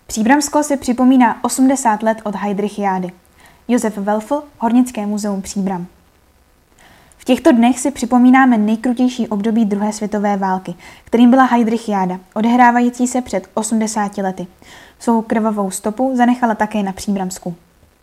Příbramsko si připomíná 80 let od Heydrichiády. Josef Welfl, Hornické muzeum Příbram. V těchto dnech si připomínáme nejkrutější období druhé světové války, kterým byla Heydrichiáda, odehrávající se před 80 lety. Svou krvavou stopu zanechala také na Příbramsku.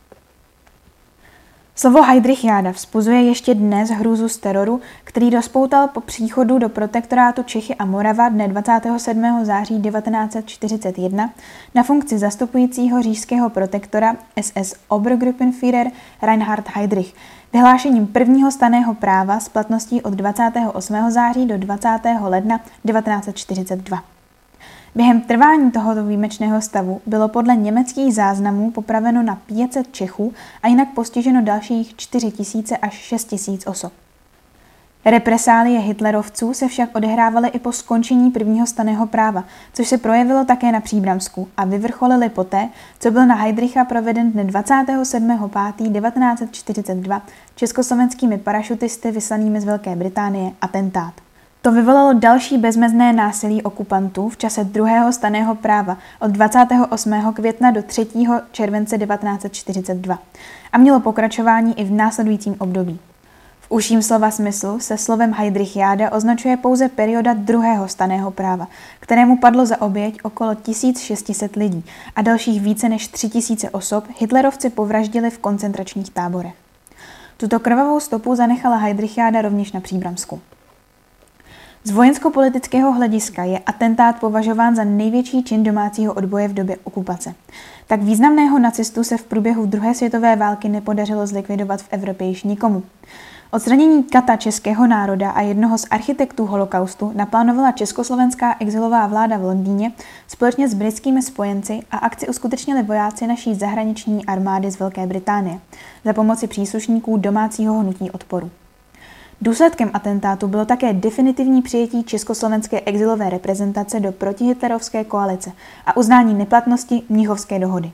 Slovo Heydrichiáda vzbuzuje ještě dnes hrůzu z teroru, který rozpoutal po příchodu do protektorátu Čechy a Morava dne 27. září 1941 na funkci zastupujícího říšského protektora SS Obergruppenführer Reinhard Heydrich vyhlášením prvního stanného práva s platností od 28. září do 20. ledna 1942. Během trvání tohoto výjimečného stavu bylo podle německých záznamů popraveno na 500 Čechů a jinak postiženo dalších 4 000 až 6 000 osob. Represálie hitlerovců se však odehrávaly i po skončení prvního stanného práva, což se projevilo také na Příbramsku a vyvrcholily poté, co byl na Heydricha proveden dne 27. 5. 1942 československými parašutisty vyslanými z Velké Británie atentát. To vyvolalo další bezmezné násilí okupantů v čase druhého stanného práva od 28. května do 3. července 1942 a mělo pokračování i v následujícím období. V užším slova smyslu se slovem Heydrichiáda označuje pouze perioda druhého stanného práva, kterému padlo za oběť okolo 1600 lidí a dalších více než 3000 osob hitlerovci povraždili v koncentračních táborech. Tuto krvavou stopu zanechala Heydrichiáda rovněž na Příbramsku. Z vojensko-politického hlediska je atentát považován za největší čin domácího odboje v době okupace. Tak významného nacistu se v průběhu druhé světové války nepodařilo zlikvidovat v Evropě již nikomu. Odstranění kata českého národa a jednoho z architektů holokaustu naplánovala československá exilová vláda v Londýně společně s britskými spojenci a akci uskutečnili vojáci naší zahraniční armády z Velké Británie za pomoci příslušníků domácího hnutí odporu. Důsledkem atentátu bylo také definitivní přijetí československé exilové reprezentace do protihitlerovské koalice a uznání neplatnosti Mnichovské dohody.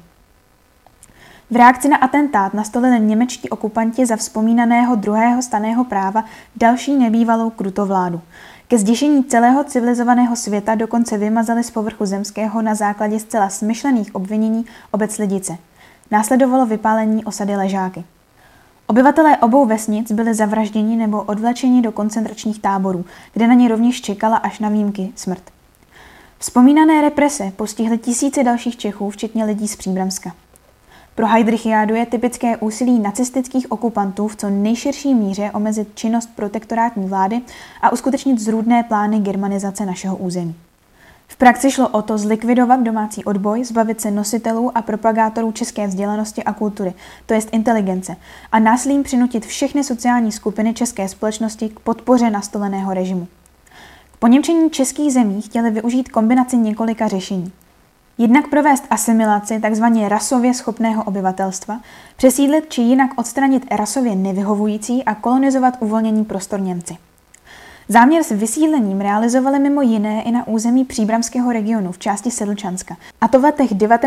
V reakci na atentát nastolili němečtí okupanti za vzpomínaného druhého stanného práva další nebývalou krutovládu. Ke zděšení celého civilizovaného světa dokonce vymazali z povrchu zemského na základě zcela smyšlených obvinění obec Lidice. Následovalo vypálení osady Ležáky. Obyvatelé obou vesnic byli zavražděni nebo odvlečeni do koncentračních táborů, kde na ně rovněž čekala až na výjimky smrt. Vzpomínané represe postihly tisíce dalších Čechů, včetně lidí z Příbramska. Pro Heydrichiádu je typické úsilí nacistických okupantů v co nejširší míře omezit činnost protektorátní vlády a uskutečnit zrůdné plány germanizace našeho území. V praxi šlo o to zlikvidovat domácí odboj, zbavit se nositelů a propagátorů české vzdělanosti a kultury, to jest inteligence, a násilím přinutit všechny sociální skupiny české společnosti k podpoře nastoleného režimu. K poněmčení českých zemí chtěli využít kombinaci několika řešení. Jednak provést asimilaci tzv. Rasově schopného obyvatelstva, přesídlit či jinak odstranit rasově nevyhovující a kolonizovat uvolněný prostor Němci. Záměr s vysídlením realizovali mimo jiné i na území příbramského regionu v části Sedlčanska, a to v letech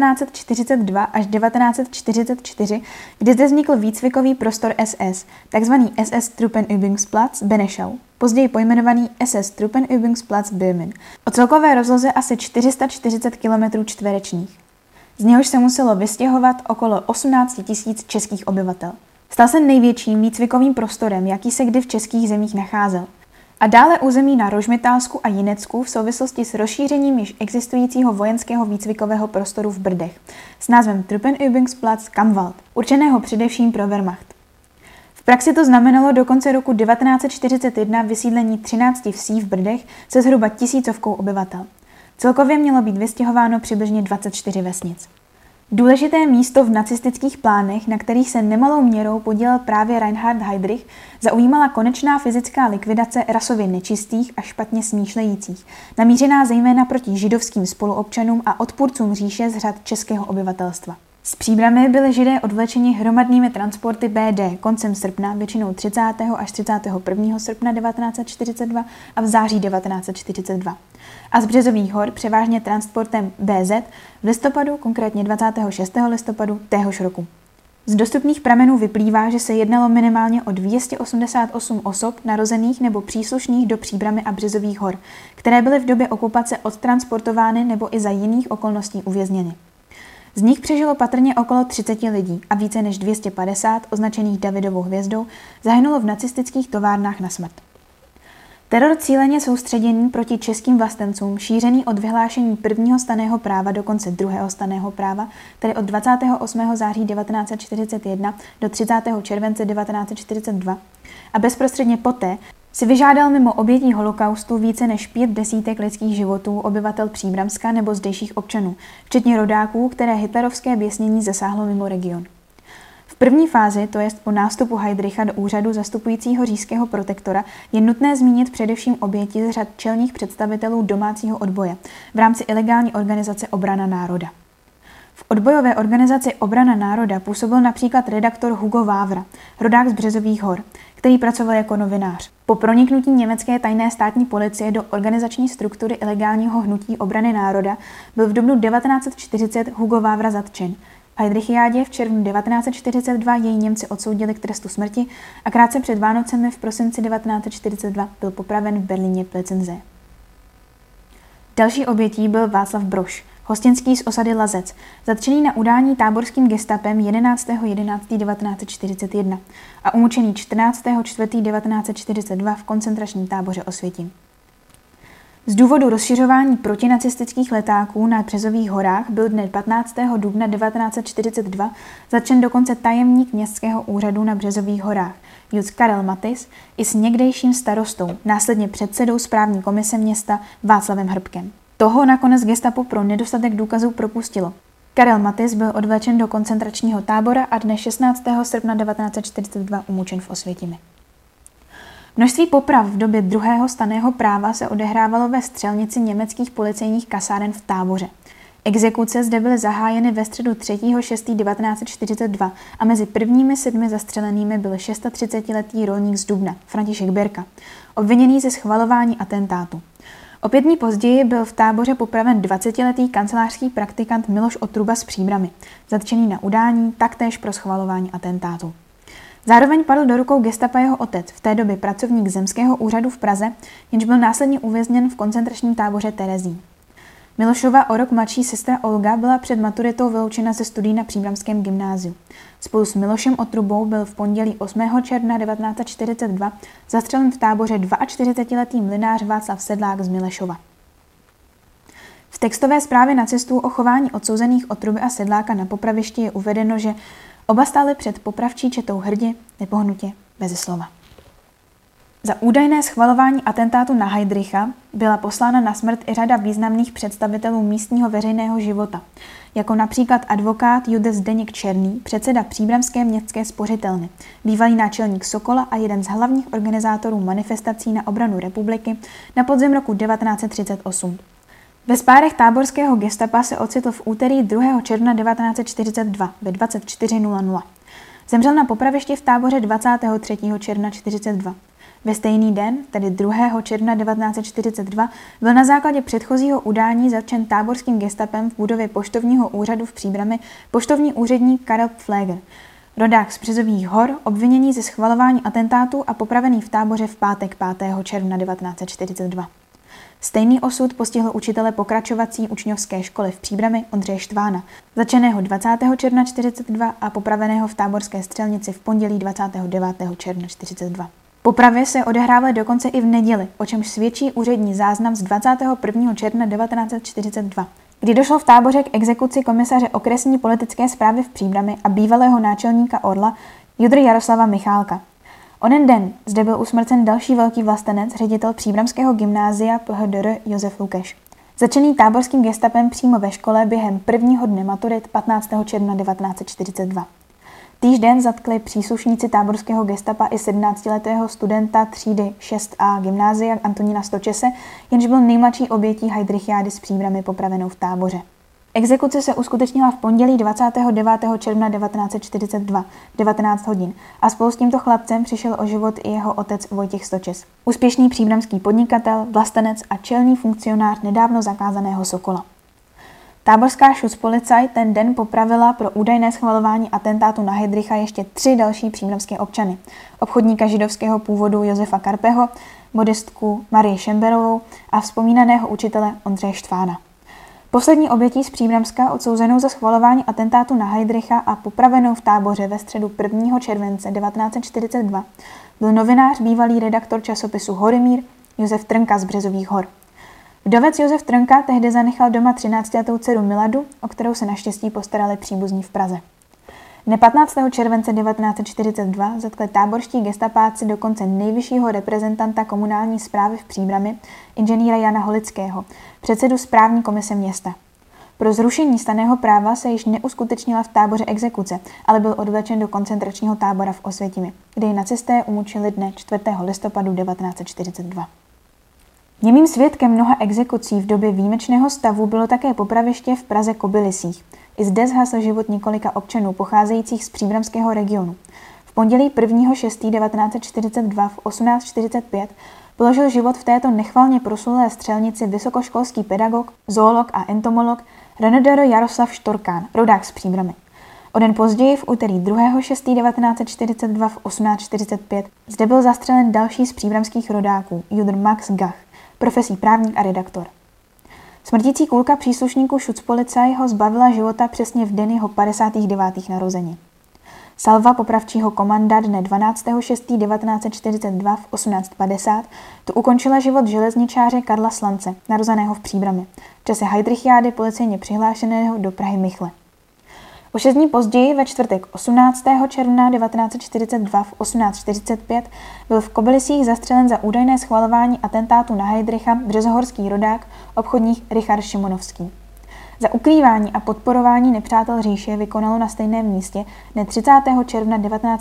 1942 až 1944, kdy zde vznikl výcvikový prostor SS, takzvaný SS Truppenübungsplatz Benešau, později pojmenovaný SS Truppenübungsplatz Böhmen, o celkové rozloze asi 440 km čtverečních. Z něhož se muselo vystěhovat okolo 18 000 českých obyvatel. Stal se největším výcvikovým prostorem, jaký se kdy v českých zemích nacházel. A dále území na Rožmitálsku a Jinecku v souvislosti s rozšířením již existujícího vojenského výcvikového prostoru v Brdech s názvem Truppenübungsplatz Kammwald, určeného především pro Wehrmacht. V praxi to znamenalo do konce roku 1941 vysídlení 13 vsí v Brdech se zhruba 1000 obyvatel. Celkově mělo být vystěhováno přibližně 24 vesnic. Důležité místo v nacistických plánech, na kterých se nemalou měrou podílel právě Reinhard Heydrich, zaujímala konečná fyzická likvidace rasově nečistých a špatně smýšlejících, namířená zejména proti židovským spoluobčanům a odpůrcům říše z řad českého obyvatelstva. Z Příbramy byli Židé odvlečeni hromadnými transporty BD koncem srpna, většinou 30. až 31. srpna 1942 a v září 1942. A z Březových hor převážně transportem BZ v listopadu, konkrétně 26. listopadu téhož roku. Z dostupných pramenů vyplývá, že se jednalo minimálně o 288 osob narozených nebo příslušných do Příbramy a Březových hor, které byly v době okupace odtransportovány nebo i za jiných okolností uvězněny. Z nich přežilo patrně okolo 30 lidí a více než 250, označených Davidovou hvězdou, zahynulo v nacistických továrnách na smrt. Teror cíleně soustředěný proti českým vlastencům, šířený od vyhlášení prvního stanného práva do konce druhého stanného práva, tedy od 28. září 1941 do 30. července 1942, a bezprostředně poté si vyžádal mimo obětí holokaustu více než 5 desítek lidských životů obyvatel Příbramska nebo zdejších občanů, včetně rodáků, které hitlerovské běsnění zasáhlo mimo region. V první fázi, to jest po nástupu Heydricha do úřadu zastupujícího říšského protektora, je nutné zmínit především oběti z řad čelních představitelů domácího odboje v rámci ilegální organizace Obrana národa. V odbojové organizaci Obrana národa působil například redaktor Hugo Vávra, rodák z Březových hor, který pracoval jako novinář. Po proniknutí německé tajné státní policie do organizační struktury ilegálního hnutí Obrany národa byl v dubnu 1940 Hugo Vávra zatčen. V Heydrichiádě v červnu 1942 jej Němci odsoudili k trestu smrti a krátce před Vánocemi v prosinci 1942 byl popraven v Berlíně Plzeňsee. Další obětí byl Václav Brož, hostinský z osady Lazec, zatčený na udání táborským gestapem 11.11.1941 a umučený 14.4.1942 v koncentračním táboře Osvětim. Z důvodu rozšiřování protinacistických letáků na Březových horách byl dne 15. dubna 1942 zatčen dokonce tajemník městského úřadu na Březových horách, Jud Karel Matys, i s někdejším starostou, následně předsedou správní komise města Václavem Hrbkem. Toho nakonec gestapo pro nedostatek důkazů propustilo. Karel Matys byl odvlečen do koncentračního tábora a dne 16. srpna 1942 umučen v Osvětimi. Množství poprav v době druhého stanného práva se odehrávalo ve střelnici německých policejních kasáren v Táboře. Exekuce zde byly zahájeny ve středu 3.6.1942 a mezi prvními 7 zastřelenými byl 36letý rolník z Dubna, František Berka, obviněný ze schvalování atentátu. O 5 dní později byl v Táboře popraven 20letý kancelářský praktikant Miloš Otruba z Příbrami, zatčený na udání taktéž pro schvalování atentátu. Zároveň padl do rukou gestapa jeho otec, v té době pracovník zemského úřadu v Praze, jenž byl následně uvězněn v koncentračním táboře Terezín. Milošova o rok mladší sestra Olga byla před maturitou vyloučena ze studií na Příbramském gymnáziu. Spolu s Milošem Otrubou byl v pondělí 8. června 1942 zastřelen v Táboře 42letý mlynář Václav Sedlák z Milešova. V textové zprávě nacistů o chování odsouzených Otruby a Sedláka na popravišti je uvedeno, že oba stáli před popravčí četou hrdě, nepohnutě, beze slova. Za údajné schvalování atentátu na Heydricha byla poslána na smrt i řada významných představitelů místního veřejného života, jako například advokát Jude Zdeněk Černý, předseda Příbramské městské spořitelny, bývalý náčelník Sokola a jeden z hlavních organizátorů manifestací na obranu republiky na podzim roku 1938. Ve spárech táborského gestapa se ocitl v úterý 2. června 1942 ve 24:00. Zemřel na popravišti v Táboře 23. června 1942. Ve stejný den, tedy 2. června 1942, byl na základě předchozího udání zatčen táborským gestapem v budově poštovního úřadu v Příbrami poštovní úředník Karel Pfleger, rodák z Březových hor, obviněný ze schvalování atentátu a popravený v Táboře v pátek 5. června 1942. Stejný osud postihl učitele pokračovací učňovské školy v Příbrami Ondřeje Štvána, zatčeného 20. června 1942 a popraveného v táborské střelnici v pondělí 29. června 1942. Popravy se odehrávaly dokonce i v neděli, o čemž svědčí úřední záznam z 21. června 1942, kdy došlo v Táboře k exekuci komisaře okresní politické správy v Příbrami a bývalého náčelníka Orla Judry Jaroslava Michálka. Onen den zde byl usmrcen další velký vlastenec, ředitel Příbramského gymnázia PHDR Josef Lukeš. Začený táborským gestapem přímo ve škole během prvního dne maturit 15. června 1942. Týž den zatkli příslušníci táborského gestapa i 17letého studenta třídy 6A gymnázia Antonína Stočese, jenž byl nejmladší obětí Heydrichiády s Příbrami popravenou v Táboře. Exekuce se uskutečnila v pondělí 29. června 1942, 19 hodin, a spolu s tímto chlapcem přišel o život i jeho otec Vojtěch Stočes, úspěšný příbramský podnikatel, vlastenec a čelný funkcionář nedávno zakázaného Sokola. Táborská Schutzpolizei ten den popravila pro údajné schvalování atentátu na Heydricha ještě 3 další příbramské občany. Obchodníka židovského původu Josefa Karpeho, modistku Marii Šemberovou a vzpomínaného učitele Ondřeje Štvána. Poslední obětí z Příbramska, odsouzenou za schvalování atentátu na Heydricha a popravenou v táboře ve středu 1. července 1942, byl novinář, bývalý redaktor časopisu Horymír Josef Trnka z Březových hor. Vdovec Josef Trnka tehdy zanechal doma 13letou dceru Miladu, o kterou se naštěstí postarali příbuzní v Praze. Dne 15. července 1942 zatkli táborští gestapáci dokonce nejvyššího reprezentanta komunální správy v Příbrami, inženýra Jana Holického, předsedu správní komise města. Pro zrušení stanného práva se již neuskutečnila v táboře exekuce, ale byl odvlečen do koncentračního tábora v Osvětimi, kde ji nacisté umučili dne 4. listopadu 1942. Němým svědkem mnoha exekucí v době výjimečného stavu bylo také popraviště v Praze Kobylisích. I zde zhasl život několika občanů pocházejících z příbramského regionu. V pondělí 1.6.1942 v 18:45 položil život v této nechvalně proslulé střelnici vysokoškolský pedagog, zoolog a entomolog Renodero Jaroslav Štorkán, rodák z Příbramy. O den později v úterý 2.6.1942 v 18:45 zde byl zastřelen další z příbramských rodáků, judr Max Gach, profesí právník a redaktor. Smrtící kulka příslušníků Schutzpolizei ho zbavila života přesně v den jeho 59. narozenin. Salva popravčího komanda dne 12.6.1942 v 18:50 tu ukončila život železničáře Karla Slance, narozeného v Příbrami, v čase Heydrichiády policejně přihlášeného do Prahy Michle. O 6 dní později, ve čtvrtek 18. června 1942 v 18:45 byl v Kobylisích zastřelen za údajné schvalování atentátu na Heydricha březohorský rodák, obchodník Richard Šimonovský. Za ukrývání a podporování nepřátel říše vykonalo na stejném místě dne 30. června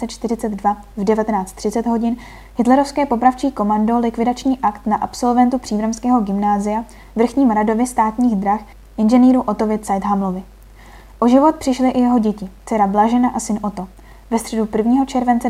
1942 v 19:30 hodin hitlerovské popravčí komando likvidační akt na absolventu Příbramského gymnázia, vrchním radovi státních drah, inženýru Otovi Zeithamlovi. O život přišly i jeho děti, dcera Blažena a syn Oto. Ve středu 1. července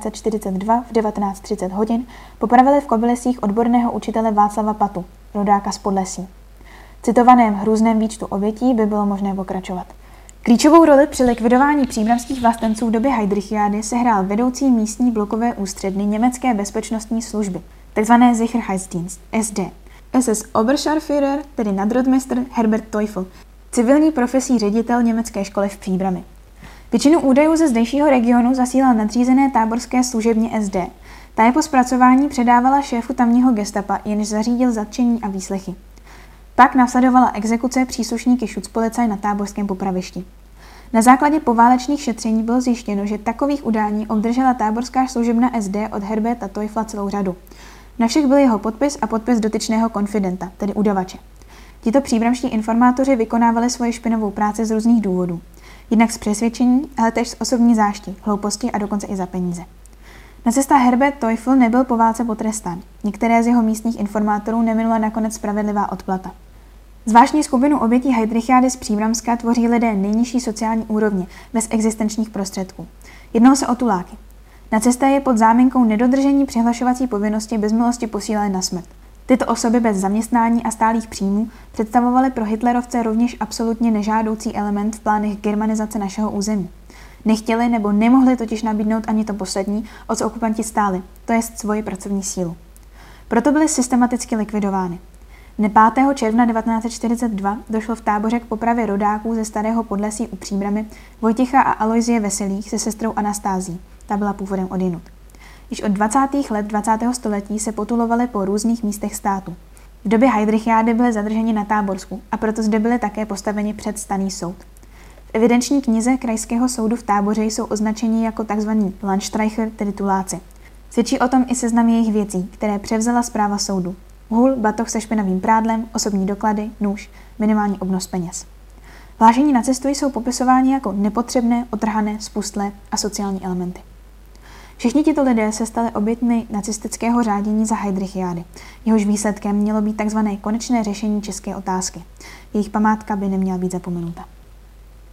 1942 v 19:30 hodin popravili v Kobylisích odborného učitele Václava Patu, rodáka z Podlesí. V citovaném hrůzném výčtu obětí by bylo možné pokračovat. Klíčovou roli při likvidování příbramských vlastenců v době Heydrichiády sehrál vedoucí místní blokové ústředny německé bezpečnostní služby, takzvané Sicherheitsdienst, SD, SS Oberscharführer, tedy nadrotmistr Herbert Teufel, civilní profesí ředitel německé školy v Příbrami. Většinu údajů ze zdejšího regionu zasílal nadřízené táborské služebně SD. Ta je po zpracování předávala šéfu tamního gestapa, jenž zařídil zatčení a výslechy. Pak následovala exekuce příslušníky Schutzpolizei na táborském popravišti. Na základě poválečných šetření bylo zjištěno, že takových udání obdržela táborská služebna SD od Herberta Teufla celou řadu. Na všech byl jeho podpis a podpis dotyčného konfidenta, tedy udavače. Tito příbramští informátoři vykonávali svoji špinavou práci z různých důvodů. Jednak z přesvědčení, ale též z osobní zášti, hlouposti a dokonce i za peníze. Nacista Herbert Teufel nebyl po válce potrestán. Některé z jeho místních informátorů neminula nakonec spravedlivá odplata. Zvláštní skupinu obětí Heydrichiády z Příbramska tvoří lidé nejnižší sociální úrovně, bez existenčních prostředků. Jednalo se o tuláky. Nacisté je pod záminkou nedodržení přihlašovací povinnosti bez milosti posílali na smrt. Tyto osoby bez zaměstnání a stálých příjmů představovaly pro hitlerovce rovněž absolutně nežádoucí element v plánech germanizace našeho území. Nechtěli nebo nemohli totiž nabídnout ani to poslední, o co okupanti stáli, to jest svoji pracovní sílu. Proto byly systematicky likvidovány. Dne 5. června 1942 došlo v táboře k popravě rodáků ze Starého Podlesí u Příbramy Vojtěcha a Alojzie Veselých se sestrou Anastází. Ta byla původem odjinud. Již od 20. let 20. století se potulovali po různých místech státu. V době Heydrichiády byli zadrženi na Táborsku a proto zde byli také postaveni před stanný soud. V evidenční knize Krajského soudu v Táboře jsou označeni jako tzv. Landstreicher, tedy tuláci. Svědčí o tom i seznam jejich věcí, které převzala správa soudu. Hůl, batoh se špinavým prádlem, osobní doklady, nůž, minimální obnos peněz. Hlášení nacistů jsou popisováni jako nepotřebné, otrhané, spustlé a sociální elementy. Všichni tito lidé se stali oběťmi nacistického řádění za Heydrichiády. Jehož výsledkem mělo být tzv. Konečné řešení české otázky. Jejich památka by neměla být zapomenuta.